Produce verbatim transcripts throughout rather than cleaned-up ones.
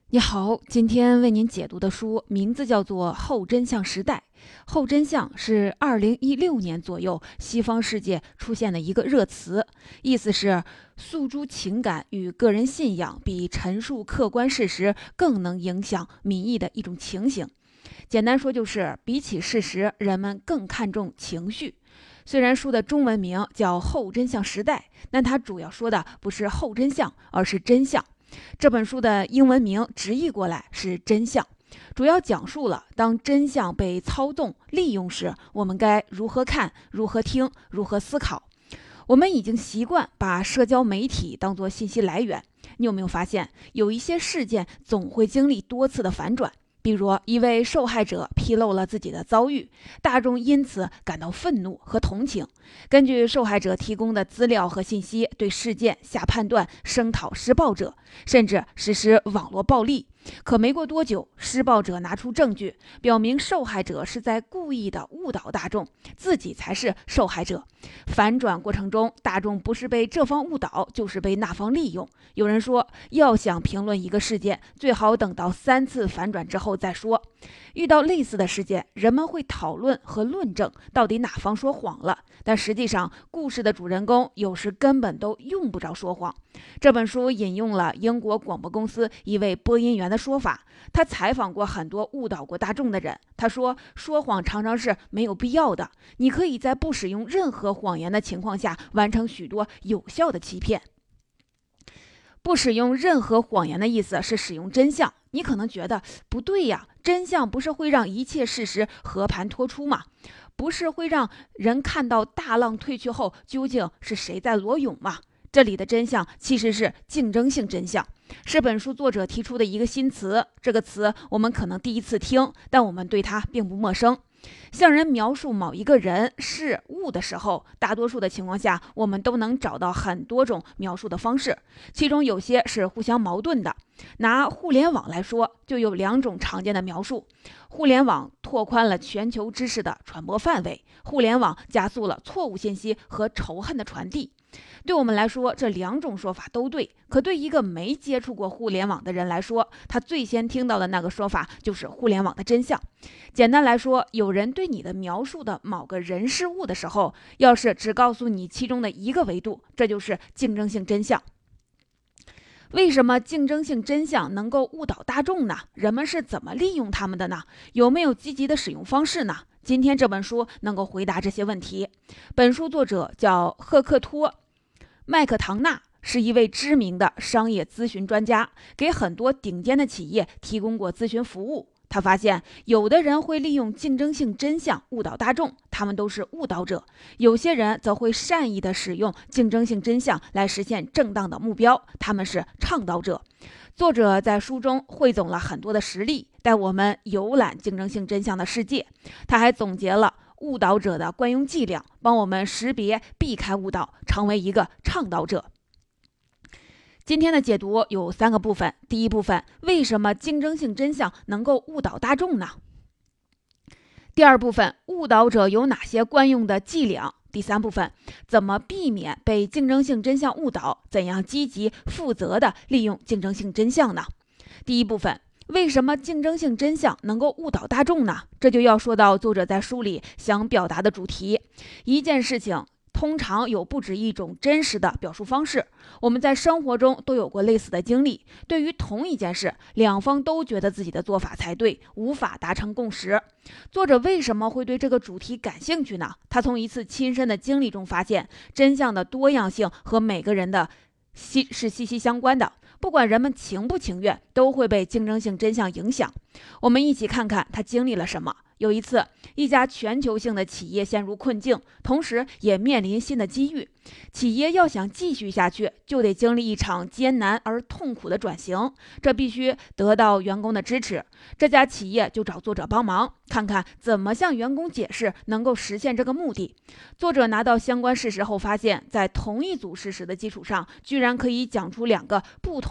你好，今天为您解读的书名字叫做《后真相时代》。后真相是二零一六年左右西方世界出现的一个热词，意思是诉诸情感与个人信仰比陈述客观事实更能影响民意的一种情形。简单说就是，比起事实，人们更看重情绪。虽然书的中文名叫《后真相时代》，但它主要说的不是后真相，而是真相。这本书的英文名直译过来是真相，主要讲述了当真相被操纵、利用时，我们该如何看、如何听、如何思考。我们已经习惯把社交媒体当作信息来源，你有没有发现，有一些事件总会经历多次的反转？比如，一位受害者披露了自己的遭遇，大众因此感到愤怒和同情，根据受害者提供的资料和信息，对事件下判断，声讨施暴者，甚至实施网络暴力。可没过多久，施暴者拿出证据，表明受害者是在故意的误导大众，自己才是受害者。反转过程中，大众不是被这方误导，就是被那方利用。有人说，要想评论一个事件，最好等到三次反转之后再说。遇到类似的事件，人们会讨论和论证到底哪方说谎了，但实际上，故事的主人公有时根本都用不着说谎。这本书引用了英国广播公司一位播音员的说法，他采访过很多误导过大众的人。他说，说谎常常是没有必要的，你可以在不使用任何谎言的情况下完成许多有效的欺骗。不使用任何谎言的意思是使用真相。你可能觉得不对呀，真相不是会让一切事实和盘托出吗？不是会让人看到大浪退去后究竟是谁在裸泳吗？这里的真相其实是竞争性真相，是本书作者提出的一个新词。这个词我们可能第一次听，但我们对它并不陌生。向人描述某一个人事物的时候，大多数的情况下，我们都能找到很多种描述的方式，其中有些是互相矛盾的。拿互联网来说，就有两种常见的描述：互联网拓宽了全球知识的传播范围，互联网加速了错误信息和仇恨的传递。对我们来说，这两种说法都对，可对一个没接触过互联网的人来说，他最先听到的那个说法就是互联网的真相。简单来说，有人对你的描述的某个人事物的时候，要是只告诉你其中的一个维度，这就是竞争性真相。为什么竞争性真相能够误导大众呢？人们是怎么利用它们的呢？有没有积极的使用方式呢？今天这本书能够回答这些问题。本书作者叫赫克托·麦克唐纳，是一位知名的商业咨询专家，给很多顶尖的企业提供过咨询服务。他发现，有的人会利用竞争性真相误导大众，他们都是误导者；有些人则会善意地使用竞争性真相来实现正当的目标，他们是倡导者。作者在书中汇总了很多的实例，带我们游览竞争性真相的世界。他还总结了误导者的惯用伎俩，帮我们识别避开误导，成为一个倡导者。今天的解读有三个部分。第一部分，为什么竞争性真相能够误导大众呢？第二部分，误导者有哪些惯用的伎俩？第三部分，怎么避免被竞争性真相误导？怎样积极负责地利用竞争性真相呢？第一部分，为什么竞争性真相能够误导大众呢？这就要说到作者在书里想表达的主题。一件事情通常有不止一种真实的表述方式，我们在生活中都有过类似的经历。对于同一件事，两方都觉得自己的做法才对，无法达成共识。作者为什么会对这个主题感兴趣呢？他从一次亲身的经历中发现，真相的多样性和每个人的息是息息相关的，不管人们情不情愿，都会被竞争性真相影响。我们一起看看他经历了什么。有一次，一家全球性的企业陷入困境，同时也面临新的机遇。企业要想继续下去，就得经历一场艰难而痛苦的转型，这必须得到员工的支持。这家企业就找作者帮忙，看看怎么向员工解释能够实现这个目的。作者拿到相关事实后发现，在同一组事实的基础上，居然可以讲出两个不同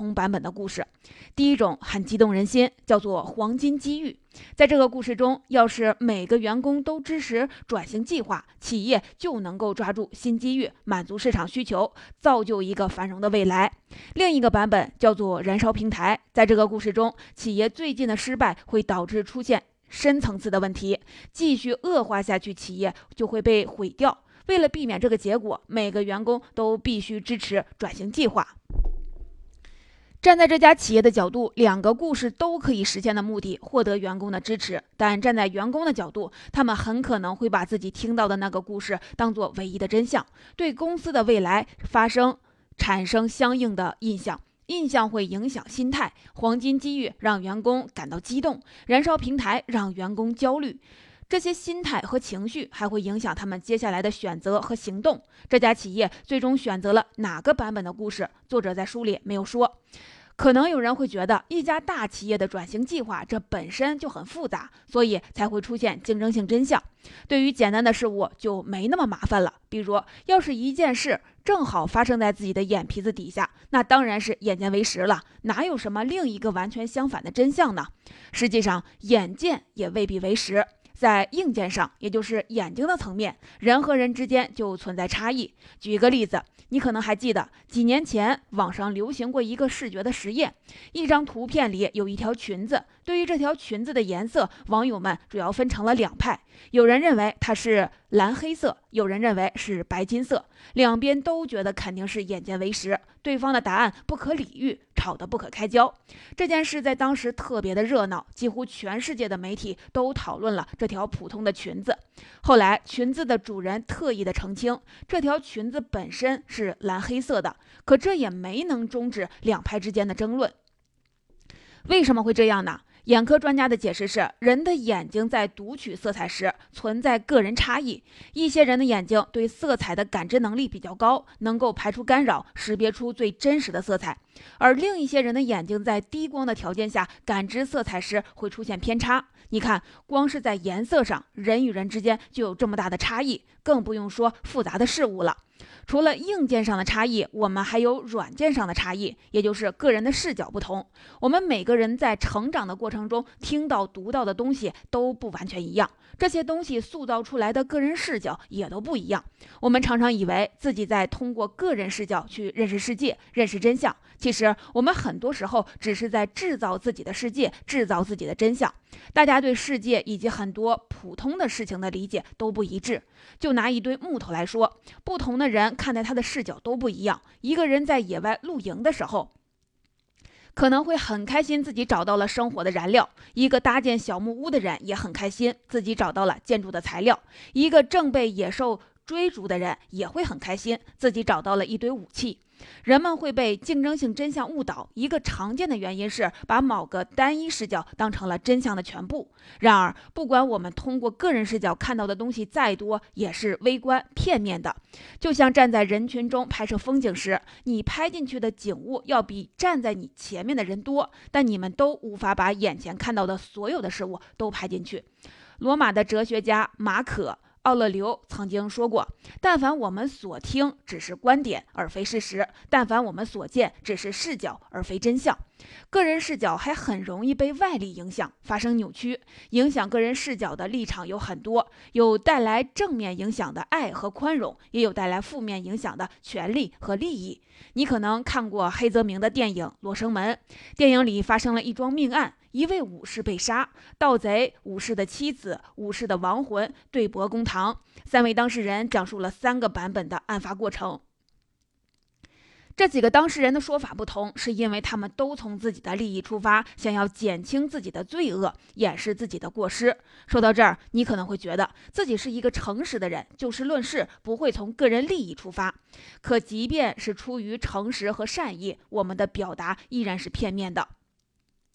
同版本的故事。第一种很激动人心，叫做黄金机遇。在这个故事中，要是每个员工都支持转型计划，企业就能够抓住新机遇，满足市场需求，造就一个繁荣的未来。另一个版本叫做燃烧平台。在这个故事中，企业最近的失败会导致出现深层次的问题，继续恶化下去，企业就会被毁掉。为了避免这个结果，每个员工都必须支持转型计划。站在这家企业的角度，两个故事都可以实现的目的，获得员工的支持。但站在员工的角度，他们很可能会把自己听到的那个故事当作唯一的真相，对公司的未来发生产生相应的印象。印象会影响心态，黄金机遇让员工感到激动，燃烧平台让员工焦虑。这些心态和情绪还会影响他们接下来的选择和行动。这家企业最终选择了哪个版本的故事，作者在书里没有说。可能有人会觉得，一家大企业的转型计划这本身就很复杂，所以才会出现竞争性真相。对于简单的事物就没那么麻烦了。比如，要是一件事正好发生在自己的眼皮子底下，那当然是眼见为实了，哪有什么另一个完全相反的真相呢？实际上，眼见也未必为实。在硬件上，也就是眼睛的层面，人和人之间就存在差异。举一个例子，你可能还记得几年前网上流行过一个视觉的实验，一张图片里有一条裙子，对于这条裙子的颜色，网友们主要分成了两派，有人认为它是蓝黑色，有人认为是白金色，两边都觉得肯定是眼见为实，对方的答案不可理喻，吵得不可开交。这件事在当时特别的热闹，几乎全世界的媒体都讨论了这条普通的裙子。后来裙子的主人特意的澄清，这条裙子本身是蓝黑色的，可这也没能终止两派之间的争论。为什么会这样呢？眼科专家的解释是，人的眼睛在读取色彩时存在个人差异，一些人的眼睛对色彩的感知能力比较高，能够排除干扰，识别出最真实的色彩，而另一些人的眼睛在低光的条件下感知色彩时会出现偏差。你看，光是在颜色上，人与人之间就有这么大的差异，更不用说复杂的事物了。除了硬件上的差异，我们还有软件上的差异，也就是个人的视角不同。我们每个人在成长的过程中听到读到的东西都不完全一样，这些东西塑造出来的个人视角也都不一样。我们常常以为自己在通过个人视角去认识世界，认识真相，其实我们很多时候只是在制造自己的世界，制造自己的真相。大家对世界以及很多普通的事情的理解都不一致。就拿一堆木头来说，不同的人看待他的视角都不一样。一个人在野外露营的时候，可能会很开心自己找到了生活的燃料，一个搭建小木屋的人也很开心自己找到了建筑的材料，一个正被野兽追逐的人也会很开心自己找到了一堆武器。人们会被竞争性真相误导，一个常见的原因是把某个单一视角当成了真相的全部。然而，不管我们通过个人视角看到的东西再多，也是微观片面的。就像站在人群中拍摄风景时，你拍进去的景物要比站在你前面的人多，但你们都无法把眼前看到的所有的事物都拍进去。罗马的哲学家马可奥勒留曾经说过，但凡我们所听只是观点而非事实，但凡我们所见只是视角而非真相。个人视角还很容易被外力影响，发生扭曲。影响个人视角的立场有很多，有带来正面影响的爱和宽容，也有带来负面影响的权利和利益。你可能看过黑泽明的电影《罗生门》，电影里发生了一桩命案，一位武士被杀，盗贼、武士的妻子、武士的亡魂对簿公堂。三位当事人讲述了三个版本的案发过程。这几个当事人的说法不同，是因为他们都从自己的利益出发，想要减轻自己的罪恶，掩饰自己的过失。说到这儿，你可能会觉得自己是一个诚实的人，就事论事，不会从个人利益出发。可即便是出于诚实和善意，我们的表达依然是片面的。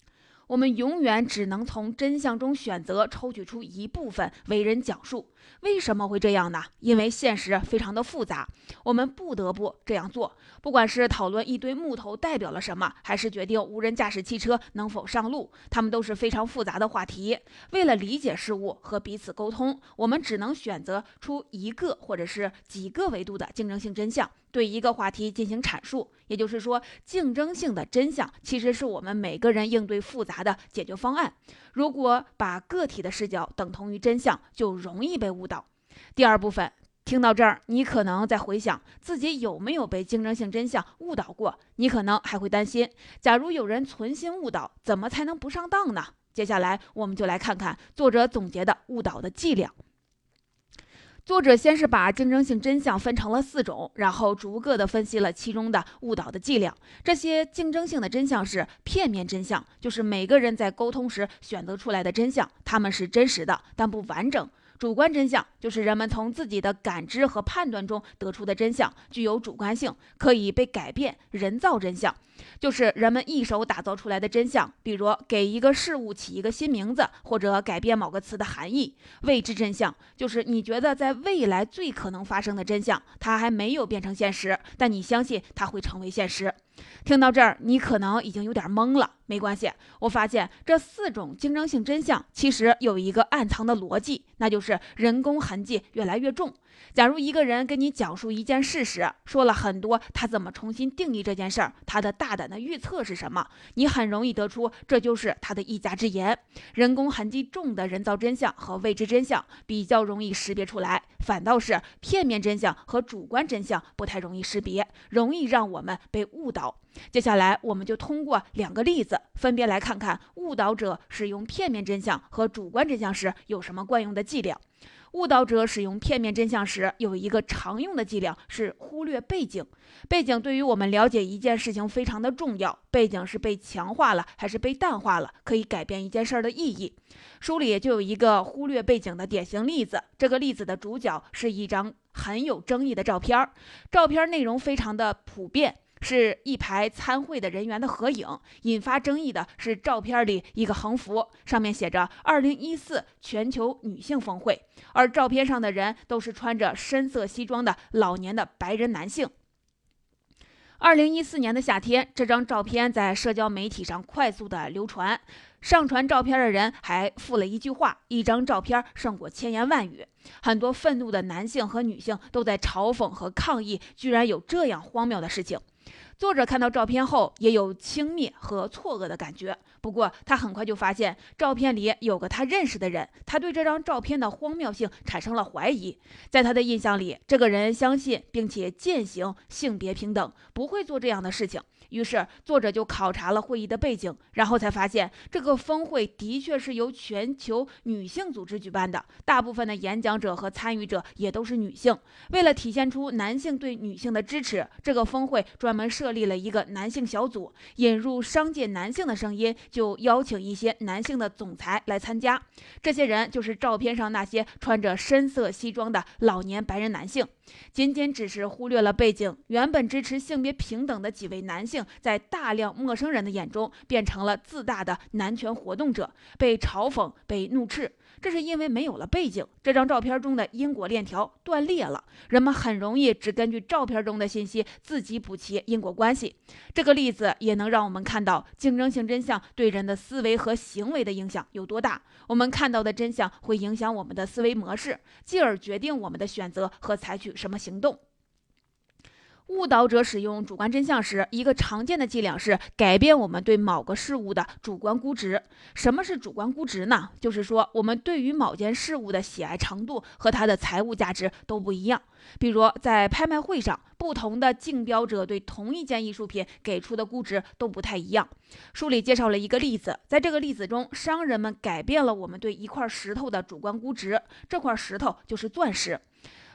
我们永远只能从真相中选择抽取出一部分为人讲述。为什么会这样呢？因为现实非常的复杂，我们不得不这样做。不管是讨论一堆木头代表了什么，还是决定无人驾驶汽车能否上路，它们都是非常复杂的话题。为了理解事物和彼此沟通，我们只能选择出一个或者是几个维度的竞争性真相，对一个话题进行阐述。也就是说，竞争性的真相其实是我们每个人应对复杂的解决方案。如果把个体的视角等同于真相，就容易被误导。第二部分，听到这儿，你可能在回想自己有没有被竞争性真相误导过，你可能还会担心，假如有人存心误导，怎么才能不上当呢？接下来我们就来看看作者总结的误导的伎俩。作者先是把竞争性真相分成了四种，然后逐个的分析了其中的误导的伎俩。这些竞争性的真相是片面真相，就是每个人在沟通时选择出来的真相，它们是真实的，但不完整。主观真相就是人们从自己的感知和判断中得出的真相，具有主观性，可以被改变。人造真相就是人们一手打造出来的真相，比如给一个事物起一个新名字，或者改变某个词的含义。未知真相就是你觉得在未来最可能发生的真相，它还没有变成现实，但你相信它会成为现实。听到这儿，你可能已经有点懵了。没关系，我发现这四种竞争性真相其实有一个暗藏的逻辑，那就是人工痕迹越来越重。假如一个人跟你讲述一件事时，说了很多他怎么重新定义这件事儿，他的大胆的预测是什么，你很容易得出这就是他的一家之言。人工痕迹重的人造真相和未知真相比较容易识别出来，反倒是片面真相和主观真相不太容易识别，容易让我们被误导。接下来我们就通过两个例子，分别来看看误导者使用片面真相和主观真相时有什么惯用的伎俩。误导者使用片面真相时，有一个常用的伎俩是忽略背景。背景对于我们了解一件事情非常的重要，背景是被强化了还是被淡化了，可以改变一件事的意义。书里就有一个忽略背景的典型例子，这个例子的主角是一张很有争议的照片，照片内容非常的普遍，是一排参会的人员的合影。引发争议的是照片里一个横幅，上面写着二零一四全球女性峰会，而照片上的人都是穿着深色西装的老年的白人男性。二零一四年的夏天，这张照片在社交媒体上快速的流传，上传照片的人还附了一句话：一张照片胜过千言万语。很多愤怒的男性和女性都在嘲讽和抗议，居然有这样荒谬的事情。作者看到照片后也有轻蔑和错愕的感觉，不过他很快就发现照片里有个他认识的人，他对这张照片的荒谬性产生了怀疑。在他的印象里，这个人相信并且践行性别平等，不会做这样的事情。于是作者就考察了会议的背景，然后才发现这个峰会的确是由全球女性组织举办的，大部分的演讲者和参与者也都是女性。为了体现出男性对女性的支持，这个峰会专门设立了一个男性小组，引入商界男性的声音，就邀请一些男性的总裁来参加。这些人就是照片上那些穿着深色西装的老年白人男性。仅仅只是忽略了背景，原本支持性别平等的几位男性，在大量陌生人的眼中变成了自大的男权活动者，被嘲讽，被怒斥。这是因为没有了背景，这张照片中的因果链条断裂了，人们很容易只根据照片中的信息自己补齐因果关系。这个例子也能让我们看到竞争性真相对人的思维和行为的影响有多大。我们看到的真相会影响我们的思维模式，继而决定我们的选择和采取什么行动。误导者使用主观真相时，一个常见的伎俩是改变我们对某个事物的主观估值。什么是主观估值呢？就是说我们对于某件事物的喜爱程度和它的财务价值都不一样。比如在拍卖会上，不同的竞标者对同一件艺术品给出的估值都不太一样。书里介绍了一个例子，在这个例子中，商人们改变了我们对一块石头的主观估值，这块石头就是钻石。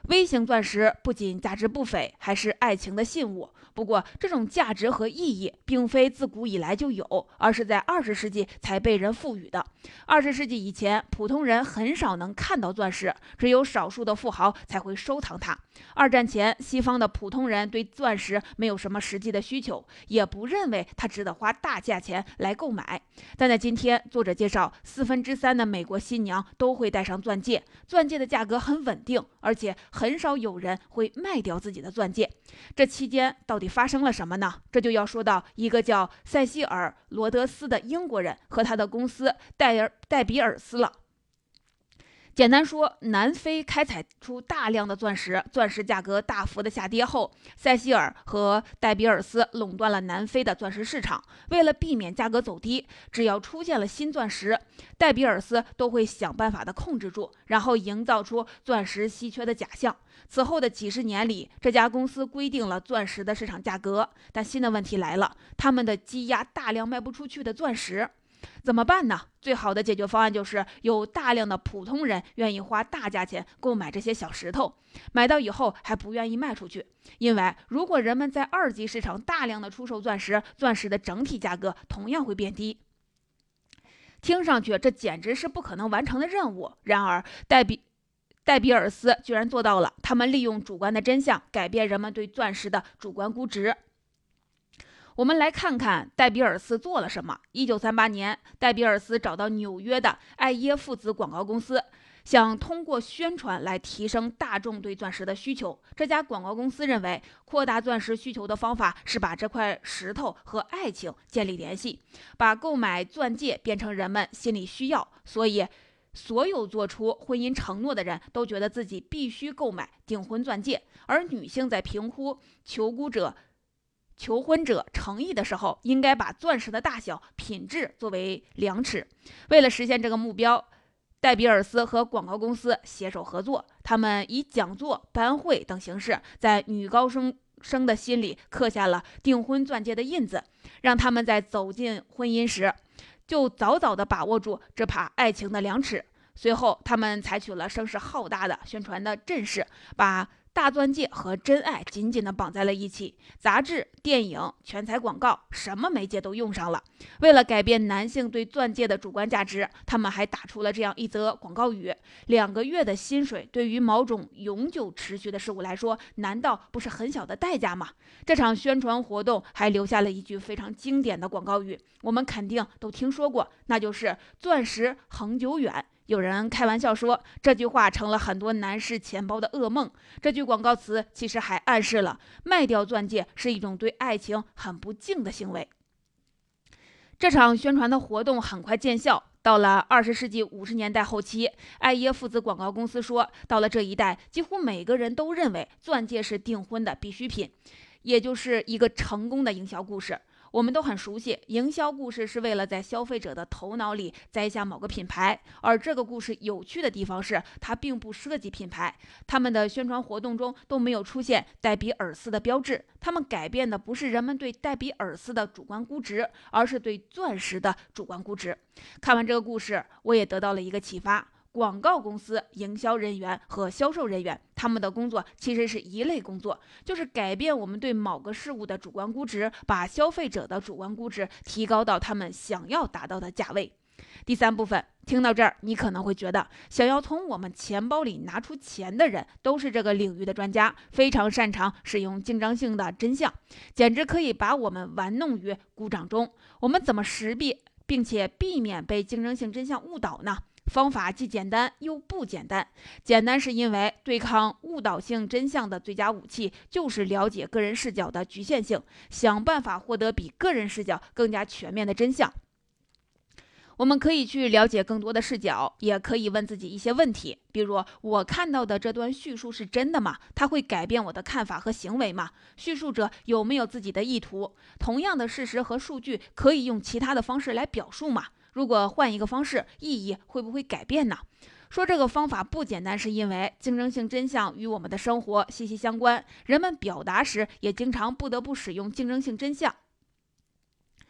微型钻石不仅价值不菲，还是爱情的信物。不过，这种价值和意义并非自古以来就有，而是在二十世纪才被人赋予的。二十世纪以前，普通人很少能看到钻石，只有少数的富豪才会收藏它。二战前，西方的普通人对钻石没有什么实际的需求，也不认为它值得花大价钱来购买。但在今天，作者介绍，四分之三的美国新娘都会戴上钻戒，钻戒的价格很稳定，而且很少有人会卖掉自己的钻戒。这期间到底发生了什么呢？这就要说到一个叫塞西尔·罗德斯的英国人和他的公司戴尔戴比尔斯了。简单说，南非开采出大量的钻石，钻石价格大幅的下跌后，塞西尔和戴比尔斯垄断了南非的钻石市场。为了避免价格走低，只要出现了新钻石，戴比尔斯都会想办法的控制住，然后营造出钻石稀缺的假象。此后的几十年里，这家公司规定了钻石的市场价格，但新的问题来了，他们的积压大量卖不出去的钻石。怎么办呢？最好的解决方案就是有大量的普通人愿意花大价钱购买这些小石头，买到以后还不愿意卖出去。因为如果人们在二级市场大量的出售钻石，钻石的整体价格同样会变低。听上去这简直是不可能完成的任务，然而戴比戴比尔斯居然做到了。他们利用主观的真相改变人们对钻石的主观估值。我们来看看戴比尔斯做了什么。一九三八年，戴比尔斯找到纽约的艾耶父子广告公司，想通过宣传来提升大众对钻石的需求。这家广告公司认为，扩大钻石需求的方法是把这块石头和爱情建立联系，把购买钻戒变成人们心理需要。所以所有做出婚姻承诺的人都觉得自己必须购买订婚钻戒，而女性在评估求姑者求婚者诚意的时候，应该把钻石的大小、品质作为量尺。为了实现这个目标，戴比尔斯和广告公司携手合作，他们以讲座、班会等形式，在女高生生的心里刻下了订婚钻戒的印子，让他们在走进婚姻时，就早早地把握住这把爱情的量尺。随后，他们采取了声势浩大的宣传的阵势，把大钻戒和真爱紧紧地绑在了一起，杂志、电影、全彩广告，什么媒介都用上了。为了改变男性对钻戒的主观价值，他们还打出了这样一则广告语：两个月的薪水对于某种永久持续的事物来说，难道不是很小的代价吗？这场宣传活动还留下了一句非常经典的广告语，我们肯定都听说过，那就是钻石恒久远。有人开玩笑说，这句话成了很多男士钱包的噩梦。这句广告词其实还暗示了卖掉钻戒是一种对爱情很不敬的行为。这场宣传的活动很快见效。到了二十世纪五十年代后期，艾耶父子广告公司说，到了这一代，几乎每个人都认为钻戒是订婚的必需品，也就是一个成功的营销故事。我们都很熟悉，营销故事是为了在消费者的头脑里栽下某个品牌，而这个故事有趣的地方是，它并不涉及品牌，他们的宣传活动中都没有出现戴比尔斯的标志，他们改变的不是人们对戴比尔斯的主观估值，而是对钻石的主观估值。看完这个故事，我也得到了一个启发。广告公司、营销人员和销售人员，他们的工作其实是一类工作，就是改变我们对某个事物的主观估值，把消费者的主观估值提高到他们想要达到的价位。第三部分，听到这儿，你可能会觉得，想要从我们钱包里拿出钱的人，都是这个领域的专家，非常擅长使用竞争性的真相，简直可以把我们玩弄于股掌中。我们怎么识别并且避免被竞争性真相误导呢？方法既简单又不简单。简单是因为对抗误导性真相的最佳武器就是了解个人视角的局限性，想办法获得比个人视角更加全面的真相。我们可以去了解更多的视角，也可以问自己一些问题，比如我看到的这段叙述是真的吗？它会改变我的看法和行为吗？叙述者有没有自己的意图？同样的事实和数据可以用其他的方式来表述吗？如果换一个方式，意义会不会改变呢？说这个方法不简单，是因为竞争性真相与我们的生活息息相关，人们表达时也经常不得不使用竞争性真相。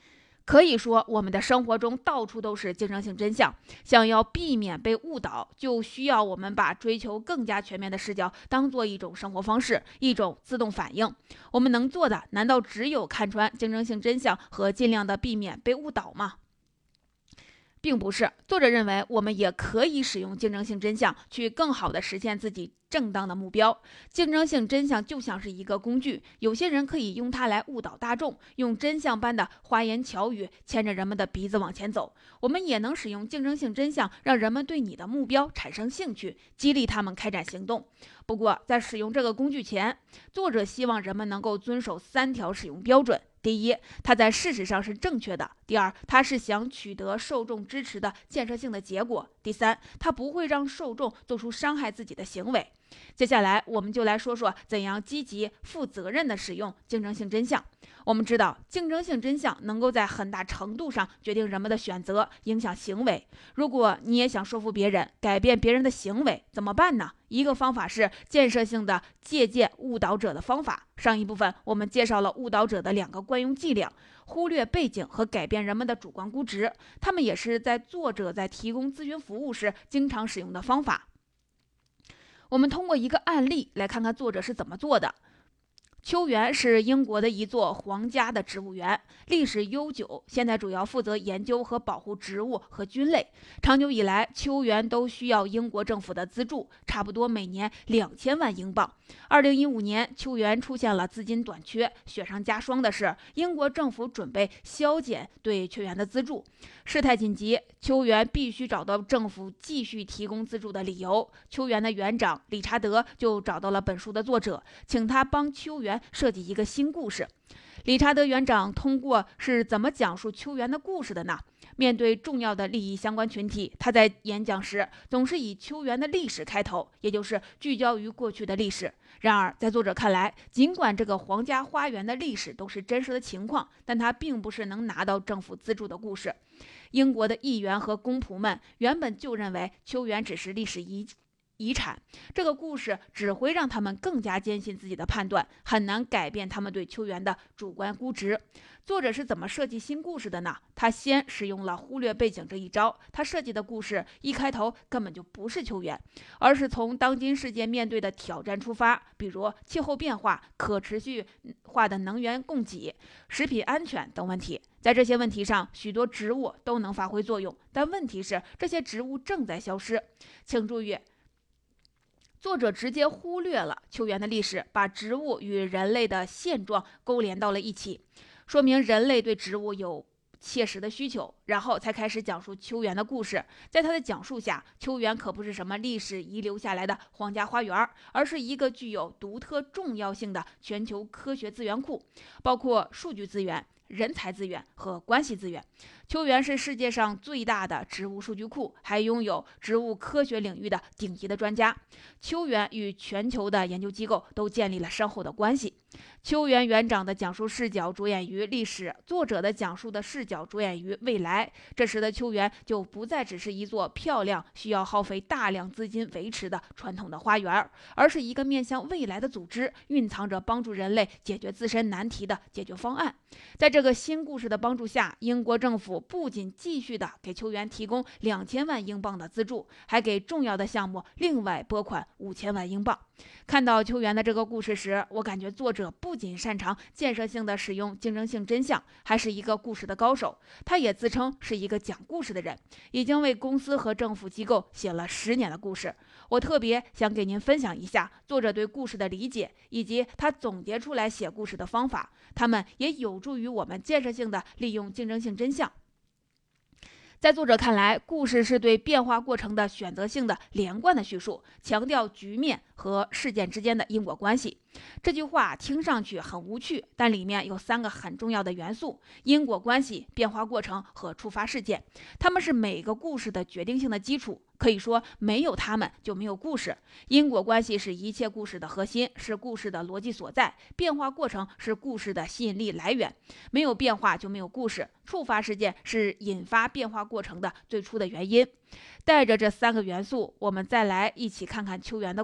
可以说，我们的生活中到处都是竞争性真相。想要避免被误导，就需要我们把追求更加全面的视角当做一种生活方式，一种自动反应。我们能做的，难道只有看穿竞争性真相和尽量的避免被误导吗？并不是，作者认为我们也可以使用竞争性真相去更好地实现自己正当的目标。竞争性真相就像是一个工具，有些人可以用它来误导大众，用真相般的花言巧语牵着人们的鼻子往前走。我们也能使用竞争性真相，让人们对你的目标产生兴趣，激励他们开展行动。不过，在使用这个工具前，作者希望人们能够遵守三条使用标准。第一，它在事实上是正确的；第二，它是想取得受众支持的建设性的结果；第三，它不会让受众做出伤害自己的行为。接下来，我们就来说说怎样积极、负责任地使用竞争性真相。我们知道，竞争性真相能够在很大程度上决定人们的选择，影响行为。如果你也想说服别人，改变别人的行为，怎么办呢？一个方法是建设性的借鉴误导者的方法。上一部分我们介绍了误导者的两个惯用伎俩：忽略背景和改变人们的主观估值。他们也是在作者在提供咨询服务时经常使用的方法。我们通过一个案例来看看作者是怎么做的。秋园是英国的一座皇家的植物园，历史悠久，现在主要负责研究和保护植物和菌类。长久以来，秋园都需要英国政府的资助，差不多每年两千万英镑。二零一五年，秋园出现了资金短缺，雪上加霜的是，英国政府准备削减对秋园的资助。事态紧急，秋园必须找到政府继续提供资助的理由。秋园的园长理查德就找到了本书的作者，请他帮秋园设计一个新故事。理查德园长通过是怎么讲述秋园的故事的呢？面对重要的利益相关群体，他在演讲时总是以秋园的历史开头，也就是聚焦于过去的历史。然而，在作者看来，尽管这个皇家花园的历史都是真实的情况，但它并不是能拿到政府资助的故事。英国的议员和公仆们原本就认为秋园只是历史遗遗产，这个故事只会让他们更加坚信自己的判断，很难改变他们对秋园的主观估值。作者是怎么设计新故事的呢？他先使用了忽略背景这一招。他设计的故事一开头根本就不是秋园，而是从当今世界面对的挑战出发，比如气候变化、可持续化的能源供给、食品安全等问题。在这些问题上，许多植物都能发挥作用，但问题是这些植物正在消失。请注意，作者直接忽略了秋园的历史，把植物与人类的现状勾连到了一起，说明人类对植物有切实的需求，然后才开始讲述秋园的故事。在他的讲述下，秋园可不是什么历史遗留下来的皇家花园，而是一个具有独特重要性的全球科学资源库，包括数据资源、人才资源和关系资源。秋园是世界上最大的植物数据库，还拥有植物科学领域的顶级的专家。秋园与全球的研究机构都建立了深厚的关系。秋园园长的讲述视角着眼于历史，作者的讲述的视角着眼于未来。这时的秋园就不再只是一座漂亮、需要耗费大量资金维持的传统的花园，而是一个面向未来的组织，蕴藏着帮助人类解决自身难题的解决方案。在这个新故事的帮助下，英国政府不仅继续的给秋园提供两千万英镑的资助，还给重要的项目另外拨款五千万英镑。看到秋园的这个故事时，我感觉作者不仅擅长建设性的使用竞争性真相，还是一个故事的高手。他也自称是一个讲故事的人，已经为公司和政府机构写了十年的故事。我特别想给您分享一下作者对故事的理解，以及他总结出来写故事的方法，他们也有助于我们建设性的利用竞争性真相。在作者看来，故事是对变化过程的选择性的连贯的叙述，强调局面和事件之间的因果关系。这句话听上去很无趣，但里面有三个很重要的元素：因果关系、变化过程和触发事件。它们是每个故事的决定性的基础，可以说没有它们就没有故事。因果关系是一切故事的核心，是故事的逻辑所在；变化过程是故事的吸引力来源，没有变化就没有故事；触发事件是引发变化过程的最初的原因。带着这三个元素，我们再来一起看看秋园的故事。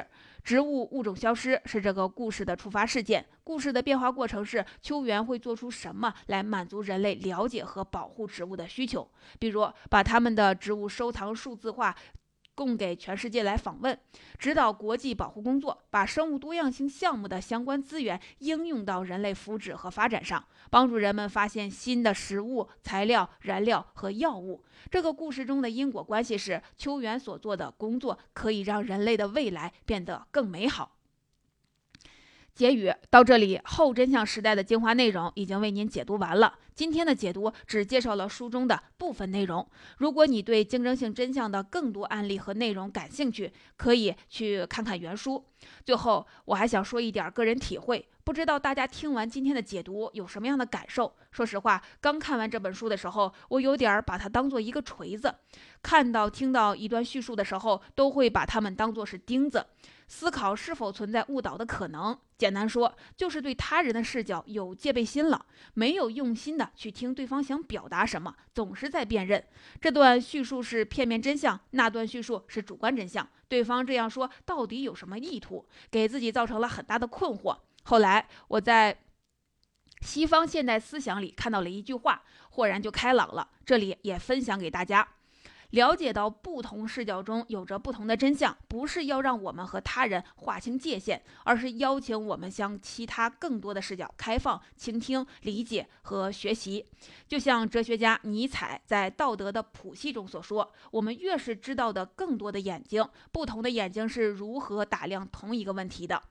事。植物物种消失是这个故事的触发事件，故事的变化过程是秋元会做出什么来满足人类了解和保护植物的需求，比如把他们的植物收藏数字化，供给全世界来访问，指导国际保护工作，把生物多样性项目的相关资源应用到人类福祉和发展上，帮助人们发现新的食物、材料、燃料和药物。这个故事中的因果关系是，秋元所做的工作可以让人类的未来变得更美好。结语到这里，后真相时代的精华内容已经为您解读完了。今天的解读只介绍了书中的部分内容。如果你对竞争性真相的更多案例和内容感兴趣，可以去看看原书。最后，我还想说一点个人体会，不知道大家听完今天的解读有什么样的感受？说实话，刚看完这本书的时候，我有点把它当做一个锤子，看到听到一段叙述的时候，都会把它们当作是钉子，思考是否存在误导的可能。简单说，就是对他人的视角有戒备心了，没有用心的去听对方想表达什么，总是在辨认这段叙述是片面真相，那段叙述是主观真相，对方这样说到底有什么意图，给自己造成了很大的困惑。后来我在西方现代思想里看到了一句话，豁然就开朗了，这里也分享给大家。了解到不同视角中有着不同的真相，不是要让我们和他人划清界限，而是邀请我们向其他更多的视角开放、倾听、理解和学习。就像哲学家尼采在《道德的谱系》中所说，我们越是知道的更多的眼睛，不同的眼睛是如何打量同一个问题的，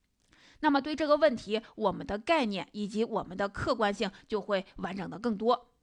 那么对这个问题，我们的概念以及我们的客观性就会完整的更多。